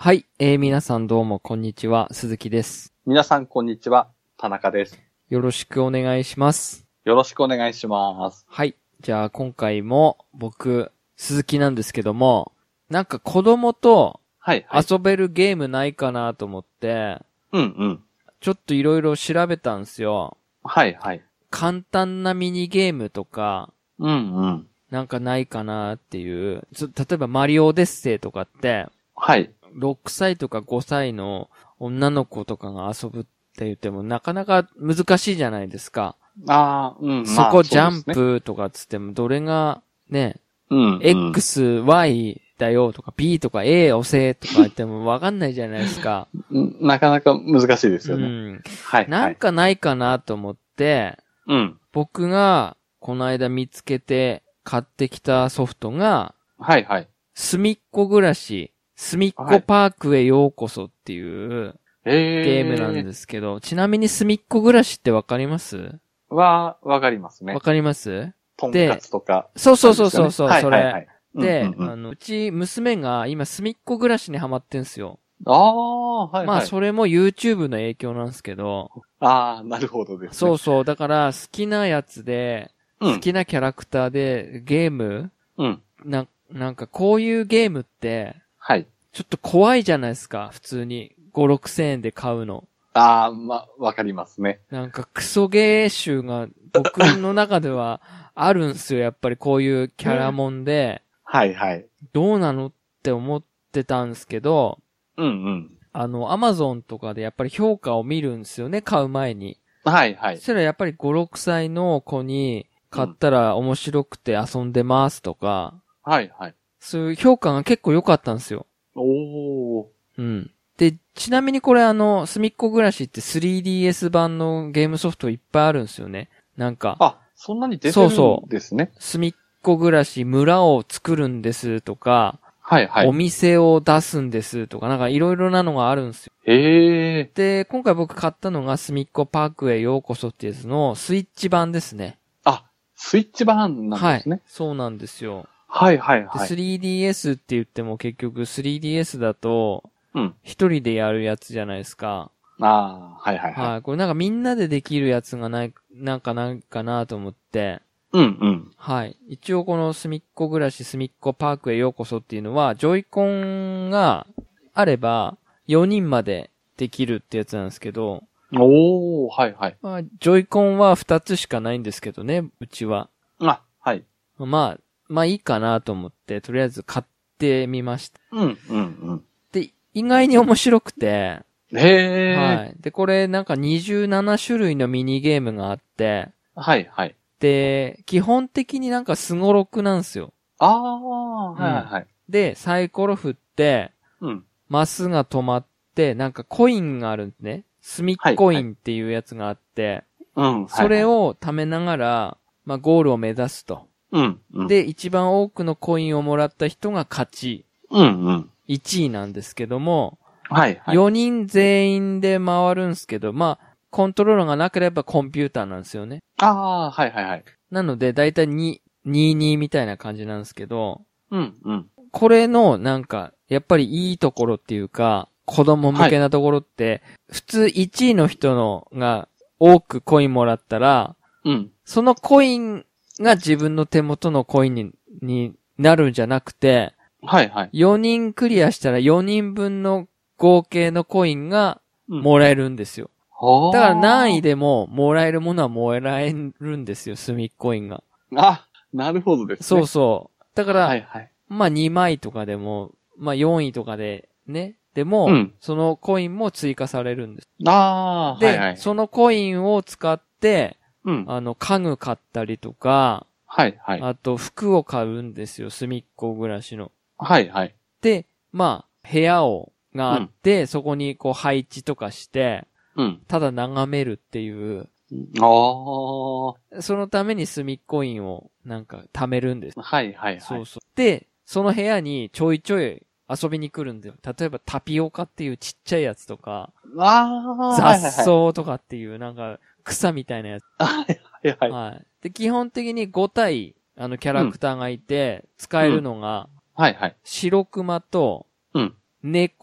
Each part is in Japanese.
はい、皆さんどうもこんにちは、鈴木です。 皆さんこんにちは、田中です。 よろしくお願いします。 よろしくお願いします。 はい、じゃあ今回も僕、鈴木なんですけども、なんか子供とはいはい。 遊べるゲームないかなと思って、 うんうん。 ちょっといろいろ調べたんですよ。 はいはい。 簡単なミニゲームとか、 うんうん。 なんかないかなっていう、例えばマリオオデッセイとかって、 はい。 6歳とか5歳の女の子とかが遊ぶって言ってもなかなか難しいじゃないですか。 ああ、うん、 そこジャンそうですね。 プとかつってもどれがね、 うんうん。 X、Y だよとか B とか A 押せとか言ってもわかんないじゃないですか。 なかなか難しいですうよね。 ん。 はいはい。 なんかないかなと思って、 うん。 僕がこの間見つけて買ってきたソフトが、 はいはい。 すみっこ暮らし、すみっこパークへようこそっていうゲームなんですけど、ちなみにすみっこ暮らしってわかります？ わかりますね。 わかります？ とんかつとか、 そうそうそうそうそう、 はいそれ。 はいはい。 で、 うんうんうん、 うち娘が今すみっこ暮らしにハマってんすよ。 ああ、はいまあはい。 それも YouTube の影響なんですけど、 ああ、なるほどですね。 そうそう、だから好きなやつで、好きなキャラクターでゲーム、 うん。 なんかこういうゲームって、 はい。 ちょっと怖いじゃないですか、普通に。5、6千円で買うの。 ああ、わかりますね。 なんかクソゲー集が僕の中ではあるんすよ、やっぱりこういうキャラモンで。 はいはい。 どうなのって思ってたんですけど、 うんうん。 アマゾンとかでやっぱり評価を見るんですよね、買う前に。 はいはい。 そしたらやっぱり5、6歳の子に買ったら面白くて遊んでますとか、 はいはい。 そういう評価が結構良かったんですよ。 おー。 うん。で、ちなみにこれすみっこ暮らしって 3DS 版のゲームソフトいっぱいあるんですよね。なんか。 あ、そんなに出てるんですね。 すみっこ暮らし村を作るんですとか、 はいはい。 お店を出すんですとか、なんかいろいろなのがあるんですよ。 へえ。 で、今回僕買ったのがすみっこパークへようこそってやつのスイッチ版ですね。 あ、スイッチ版なんですね。 はい。そうなんですよ。 はいはいはい。 3DS って言っても結局 3DS だと、 うん。 一人でやるやつじゃないですか。 ああ、はいはいはい。 はい。これなんかみんなでできるやつがないかなと思って、 うんうん。 はい。一応このすみっこ暮らしすみっこパークへようこそっていうのは、ジョイコンがあれば4人までできるってやつなんですけど、 おー、はいはい。 まあ、ジョイコンは2つしかないんですけどね、うちは。 あ、はい。 まあいいかなと思って、とりあえず買ってみました。 うんうんで、意外に面白くて、 うん。へえ。 はい。で、これなんか27種類のミニゲームがあって、 はいはい。 で、基本的になんかスゴロクなんですよ。 ああ、はいはいはい。 で、サイコロ振って、 うん。 マスが止まって、なんかコインがあるんですね。スミはい。 コインっていうやつがあって、 うん。 それはいはい、 を貯めながら、まあゴールを目指すと。 うん。うん。 で、一番多くのコインをもらった人が勝ち。 うんうん。 1位なんですけども、 はいはい。 4人全員で回るんですけど、まあ、コントローラーがなければコンピューターなんですよね。 ああ、はいはいはい。 なので、だいたい2みたいな感じなんですけど、 うんうん。 これのなんか、やっぱりいいところっていうか、子供向けなところって、普通1位の人のが多くコインもらったら、 うん。 そのコインが自分の手元のコインになるんじゃなくて、 はいはい。 4人クリアしたら4人分の合計のコインがもらえるんですよ。だから何位でももらえるものはもらえるんですよ、スミッコインが。 あ、なるほどですね。 そうそう。だから、 はいはい。 まあ2枚とかでも、まあ4位とかでね、でも、 うん、 そのコインも追加されるんです。 ああ、 で、 はいはい。 そのコインを使って、 うん。 家具買ったりとか、 はいはい。 あと服を買うんですよ、隅っこ暮らしの。 はいはい。 で、まあ、部屋があって、そこにこう配置とかして、 うん。 ただ眺めるっていう、 ああ。 そのために隅っこインをなんか貯めるんです。 はいはいはい。 そうそう。で、その部屋にちょいちょい遊びに来るんだよ。例えばタピオカっていうちっちゃいやつとか、 ああ。 雑草とかっていうなんか草みたいなやつ。 はいはいはい。 はい。で、基本的に5体、キャラクターがいて、使えるのが、 はいはい。 白熊と、 うん。 猫、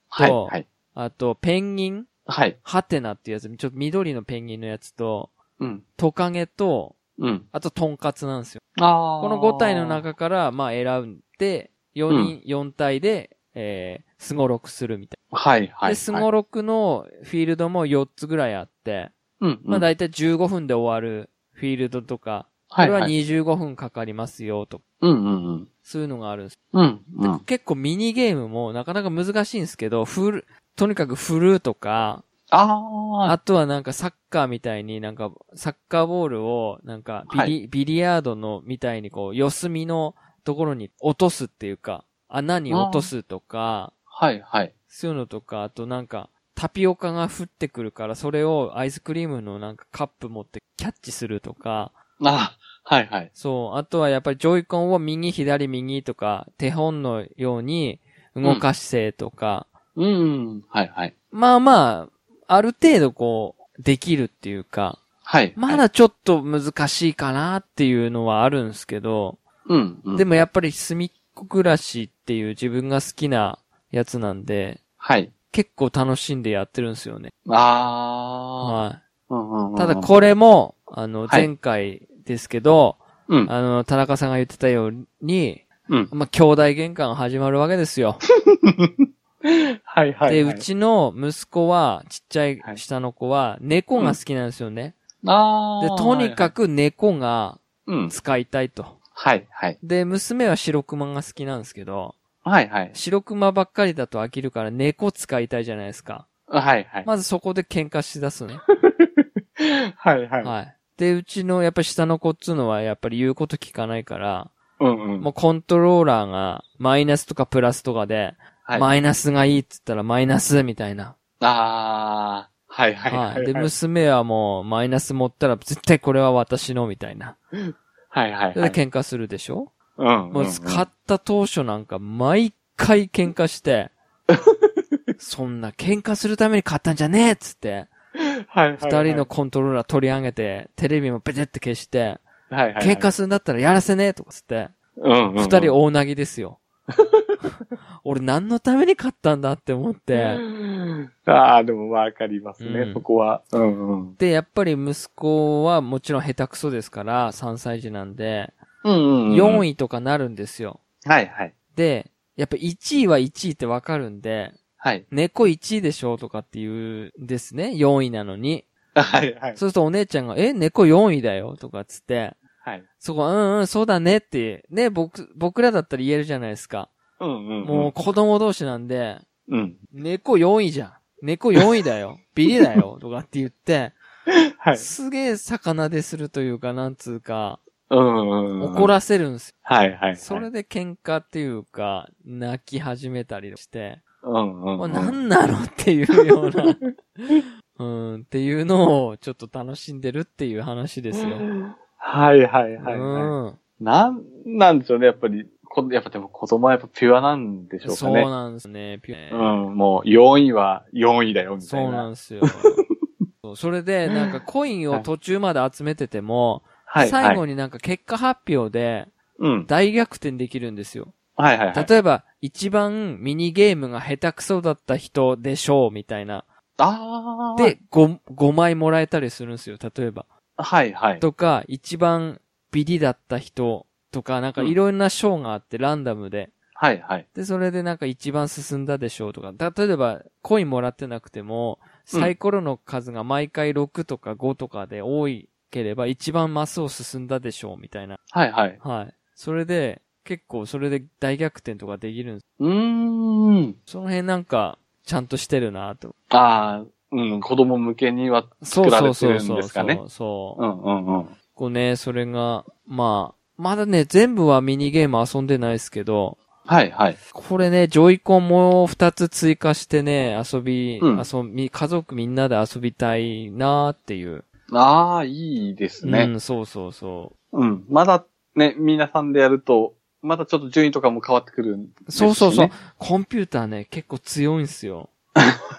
はい。はい。 あと、ペンギンはい。 ハテナっていうやつ、ちょっと緑のペンギンのやつと、 うん。 トカゲと、 うん。 あと、トンカツなんですよ。 ああ。 この5体の中から、まあ、選んで、4人、4体で、スゴロクするみたいな。 はい、はい。 で、スゴロクのフィールドも4つぐらいあって、 うん。 まあ、だいたい15分で終わるフィールドとか、これは25分かかりますよ、と。 うんうんうん。 そういうのがあるんです。 うんうん。 結構ミニゲームもなかなか難しいんですけど、とにかく振るとか、あとはなんかサッカーみたいになんかサッカーボールをなんかビリヤードのみたいにこう四隅のところに落とすっていうか、穴に落とすとか、 はいはい。 そういうのとか、あとなんかタピオカが降ってくるからそれをアイスクリームのなんかカップ持ってキャッチするとか、 はいはい。 そう。あとはやっぱりジョイコンを右左右とか手本のように動かしてとか、 はいはい。 まあまあ、ある程度こう、できるっていうか、 はい。 まだちょっと難しいかなっていうのはあるんですけど、でもやっぱり隅っこ暮らしっていう自分が好きなやつなんで、 はい。 結構楽しんでやってるんですよね。 はい。 ただこれも、前回ですけど、田中さんが言ってたように、まあ、兄弟喧嘩が始まるわけですよ。 はいはい。 で、うちの息子は、ちっちゃい下の子は、猫が好きなんですよね。で、とにかく猫が使いたいと。 はいはい。 で、娘は白熊が好きなんですけど、 はいはい。 白熊ばっかりだと飽きるから猫使いたいじゃないですか。 はいはい。 まずそこで喧嘩しだすね。 はいはい。 はい。で、うちのやっぱり下の子っつうのはやっぱり言うこと聞かないから、もうコントローラーがマイナスとかプラスとかで、マイナスがいいっつったらマイナスみたいな。 はいはいはい。 で、娘はもうマイナス持ったら絶対これは私のみたいな。 はいはい。 で、喧嘩するでしょ？ もう買った当初なんか毎回喧嘩して、そんな喧嘩するために買ったんじゃねえっつって、二人のコントローラー取り上げて、テレビもペテって消して、喧嘩するんだったらやらせねえとかつって、二人大泣きですよ。俺何のために買ったんだって思って。 でもわかりますね、そこは。 で、やっぱり息子はもちろん下手くそですから、3歳児なんで、4位とかなるんですよ。 はいはい。 で、やっぱ1位は1位ってわかるんで、 はい。 猫1位でしょとかって言うんですね、4位なのに。 はいはい。 そうするとお姉ちゃんが、猫4位だよとかつって、 はい。 そこ、そうだねって、ね、僕らだったら言えるじゃないですか。もう子供同士なんで、猫4位じゃん。猫4位だよ。ビリだよ。とかって言って、はい。すげえ魚でするというか、なんつうか、怒らせるんですよ。 はいはい。 それで喧嘩っていうか、泣き始めたりして、何なのっていうような、っていうのをちょっと楽しんでるっていう話ですよ。 はいはいはい。なんでしょうね、やっぱり。やっぱでも子供はやっぱピュアなんでしょうかね。 そうなんですね、ピュア。もう4位は4位だよ、みたいな。 そうなんですよ。それで、なんかコインを途中まで集めてても、最後になんか結果発表で、大逆転できるんですよ。例えば、一番ミニゲームが下手くそだった人でしょう、みたいな。で、5枚もらえたりするんですよ、例えば。とか、一番ビリだった人とか、なんかいろんな賞があってランダムで。で、それでなんか一番進んだでしょうとか。例えば、コインもらってなくても、サイコロの数が毎回6とか5とかで多ければ一番マスを進んだでしょうみたいな。それで、結構それで大逆転とかできるんです。その辺なんか、ちゃんとしてるなと。 子供向けには作られてるんですかね。 そう。こうね、それが、まだね、全部はミニゲーム遊んでないですけど、これね、ジョイコンも2つ追加してね、家族みんなで遊びたいなーっていう。 いいですね。 そう。 まだね、皆さんでやると、まだちょっと順位とかも変わってくるんですね。 そう。コンピューターね、結構強いんですよ。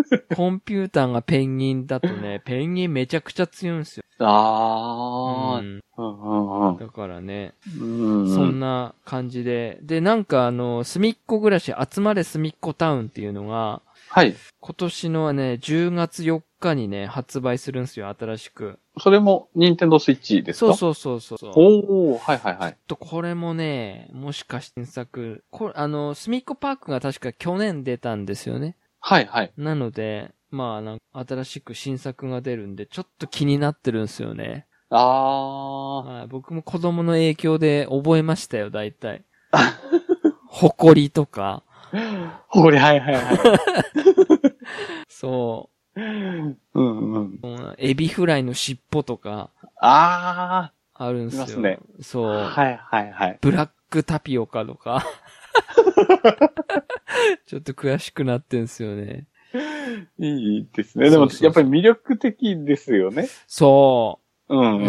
コンピューターがペンギンだとね、ペンギンめちゃくちゃ強いんですよ。 ああ。 だからね、 そんな感じで。で、なんかすみっこ暮らし、集まれすみっこタウンっていうのが、 はい。 今年のね、10月4日にね、発売するんですよ、新しく。 それも、ニンテンドースイッチですか？ そう。 おー、はいはいはい。 これもね、もしかして新作、すみっこパークが確か去年出たんですよね。 はいはい。 なので、まあ、なんか新しく新作が出るんで、ちょっと気になってるんですよね。僕も子供の影響で覚えましたよ、大体。誇りとか。 誇り、はいはいはい。 そう。エビフライの尻尾とか。 あるんですよ。 いますね。 そう。 はいはいはい。 ブラックタピオカとか。ちょっと詳しくなってんすよね。 いいですね。でも、やっぱり魅力的ですよね。 そう。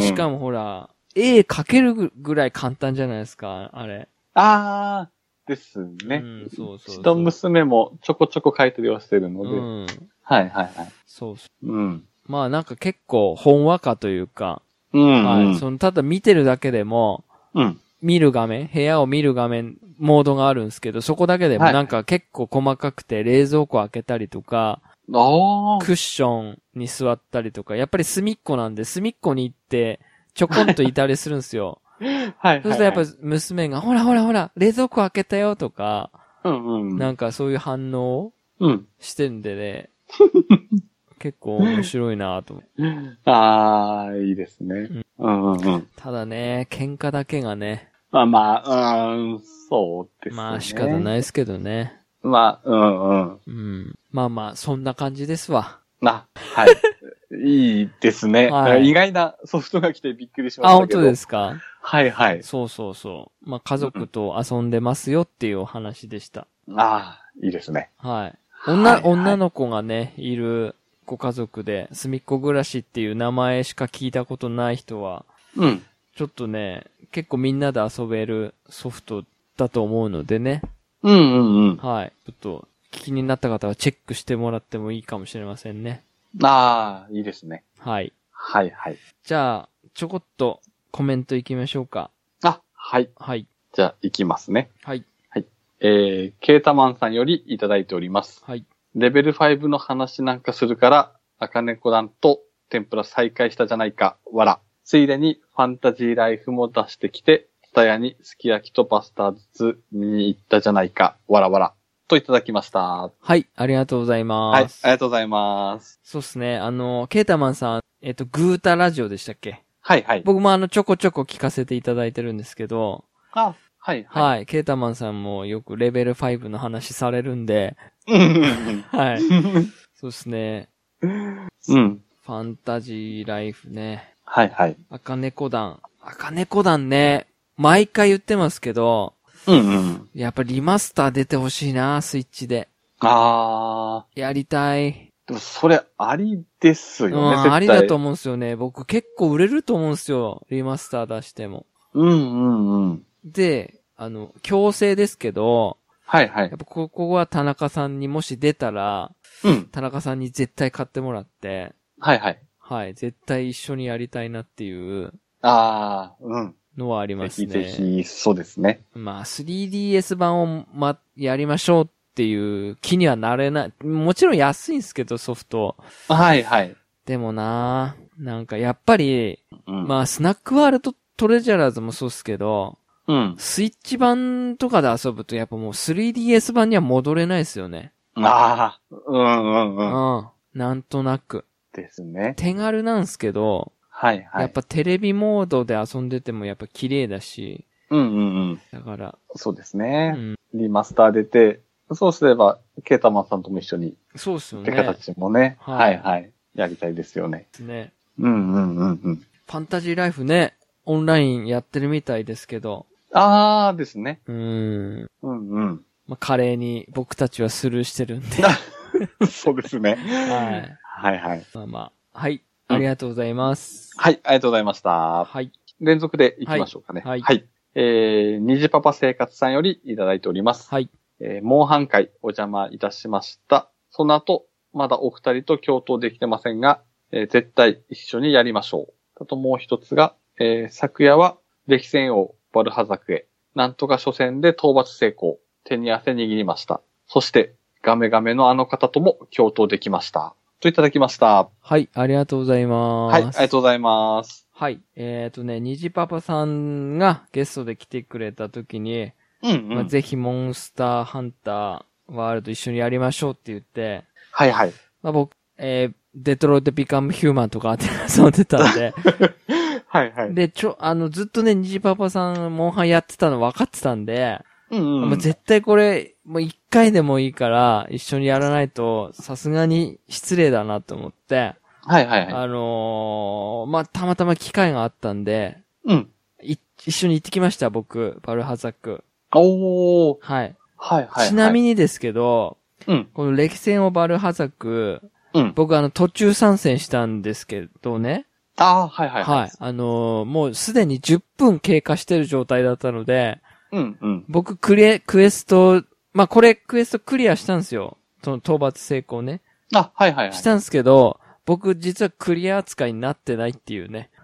しかもほら、絵描けるぐらい簡単じゃないですか、あれ。 ですね。 そう。 下娘もちょこちょこ描いてりはしてるので。はいはいはい。 そう。まあなんか結構、ほんわかというか。 はい。 ただ見てるだけでも、見る画面、部屋を見る画面、モードがあるんですけど、そこだけでもなんか結構細かくて、冷蔵庫開けたりとか、クッションに座ったりとか、やっぱり隅っこなんで、隅っこに行って、ちょこんといたりするんですよ。 はい。 そうするとやっぱ娘が、ほら、冷蔵庫開けたよとか、なんかそういう反応をしてんでね、結構面白いなぁと思って。いいですね。 ただね、喧嘩だけがね。 そうですね。 まあ仕方ないですけどね。 まあ、そんな感じですわ。 はい。いいですね。意外なソフトが来てびっくりしましたけど。 本当ですか？ はいはい。 そう。まあ家族と遊んでますよっていうお話でした。 いいですね。 はい。女の子がね、いるご家族で、すみっこ暮らしっていう名前しか聞いたことない人は、ちょっとね、結構みんなで遊べるソフトだと思うのでね。はい。ちょっと気になった方はチェックしてもらってもいいかもしれませんね。 いいですね。 はい。 はい。 じゃあ、ちょこっとコメントいきましょうか。 はい。 はい。 じゃあ、いきますね。 はい。 ケータマンさんよりいただいております。 はい。 レベル5の話なんかするから、アカネコ団と天ぷら再開したじゃないか、わら。ついでにファンタジーライフも出してきて、ツタヤにすき焼きとバスターズ見に行ったじゃないか、わらわら。といただきました。 はい、ありがとうございます。 はい、ありがとうございます。 そうっすね、ケータマンさん、グータラジオでしたっけ？ はい。 僕もちょこちょこ聞かせていただいてるんですけど、 はい。 はい。ケータマンさんもよくレベル5の話されるんで。はい。そうですね。ファンタジーライフね。 はい。 赤猫団ね。毎回言ってますけど。やっぱリマスター出てほしいな、スイッチで。やりたい。 でもそれありですよね、 ありだと思うんですよね。僕結構売れると思うんですよ。リマスター出しても。で、強制ですけど、 はい。 やっぱここは田中さんにもし出たら、田中さんに絶対買ってもらって、 はい。 はい、絶対一緒にやりたいなっていう、のはありますね。 ぜひ、そうですね。 まあ、3DS 版をやりましょうっていう気にはなれない。もちろん安いんですけど、ソフト。 はい。 でもなんかやっぱり、まあ、スナックワールドトレジャラーズもそうっすけど、スイッチ版とかで遊ぶとやっぱもう 3DS 版には戻れないですよね。なんとなく。 ですね。 手軽なんすけど、やっぱテレビモードで遊んでてもやっぱ綺麗だし。だから。 そうですね。リマスター出て、そうすれば、ケータマンさんとも一緒に。 そうっすよね。 って形もね。はい。やりたいですよね。 ですね。 ファンタジーライフね、オンラインやってるみたいですけど。 ですね。 まあ、華麗に僕たちはスルーしてるんで。 そうですね。はい。 はい。ありがとうございます。 はい、ありがとうございました。 はい。 連続で行きましょうかね。はい。虹パパ生活さんよりいただいております。 はい。 モンハン会お邪魔いたしました。その後、 まだお二人と共闘できてませんが、絶対一緒にやりましょう。あともう一つが、昨夜は歴戦王バルハザクへ、なんとか初戦で討伐成功、手に汗握りました。そして、ガメガメのあの方とも共闘できました。といただきました。 はい、ありがとうございます。 はい、ありがとうございます。 はい。虹パパさんがゲストで来てくれた時に、ぜひモンスターハンターワールド一緒にやりましょうって言って、 はいはい。 僕、デトロイトビカムヒューマンとか遊んでたんで、 はいはい。 で、ずっとね、虹パパさん、モンハンやってたの分かってたんで、もう絶対これ、もう一回でもいいから、一緒にやらないと、さすがに失礼だなと思って、 はいはいはい。 たまたま機会があったんで、一緒に行ってきました、僕、バルハザク。 おー。 はい。 はいはい。 ちなみにですけど、この歴戦をバルハザク、僕途中参戦したんですけどね。 はいはいはい。 はい。もうすでに10分経過してる状態だったので、僕クエスト、クエストクリアしたんですよ。その討伐成功ね。 はいはいはい。 したんですけど、僕実はクリア扱いになってないっていうね。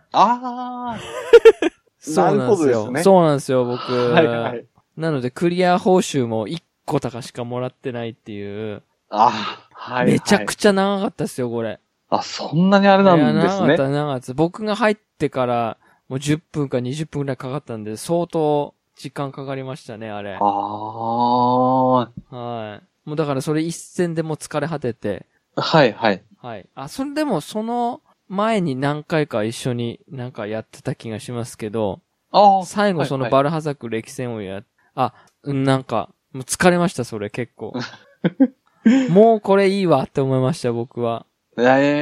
そうなんですよ。そうなんですよ、僕。はいはい。なのでクリア報酬も1個とかしかもらってないっていう。はい。めちゃくちゃ長かったですよ、これ。 そんなにあれなんですね。 長かった。僕が入ってからもう10分か20分くらいかかったんで、相当時間かかりましたね、あれ。はい。もうだからそれ一戦でも疲れ果てて。 はいはい。 はい。それでもその前に何回か一緒になんかやってた気がしますけど、最後そのバルハザク歴戦をなんか、もう疲れました、それ結構。もうこれいいわって思いました、僕は。ち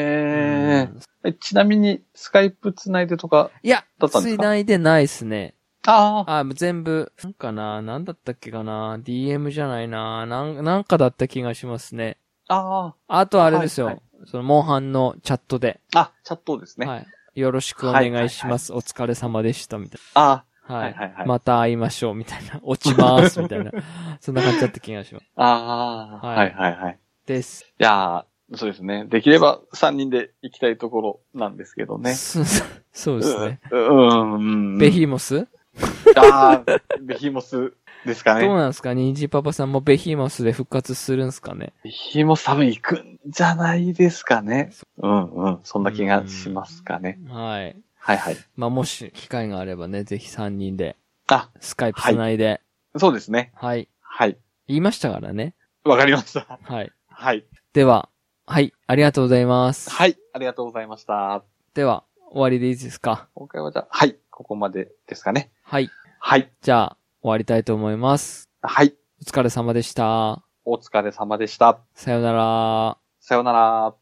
なみに、スカイプ繋いでとかいや、繋いでないっすね。全部、なんだったっけかな ?DM じゃないななんかだった気がしますね。あとあれですよ。その、モンハンのチャットで。 チャットですね。 はい。よろしくお願いします。お疲れ様でした、みたいな。はい。また会いましょう、みたいな。落ちます、みたいな。そんな感じだった気がします。 はい。 です。 いやー、そうですね。できれば3人で行きたいところなんですけどね。 そうですね。ベヒモスベヒモスですかね。 どうなんですか？ニンジパパさんもベヒモスで復活するんすかね？ ベヒモス多分行くんじゃないですかね。そんな気がしますかね。 はい。 はいはい。 もし機会があればね、ぜひ3人で。スカイプ繋いで。 そうですね。 はい。 はい。 言いましたからね。 わかりました。 はい。 はい。 では、はい、ありがとうございます。 はい、ありがとうございました。 では、終わりでいいですか？ 今回ははい、ここまでですかね。 はい。 はい。 じゃあ、終わりたいと思います。 はい。 お疲れ様でした。 お疲れ様でした。 さよなら。 さよなら。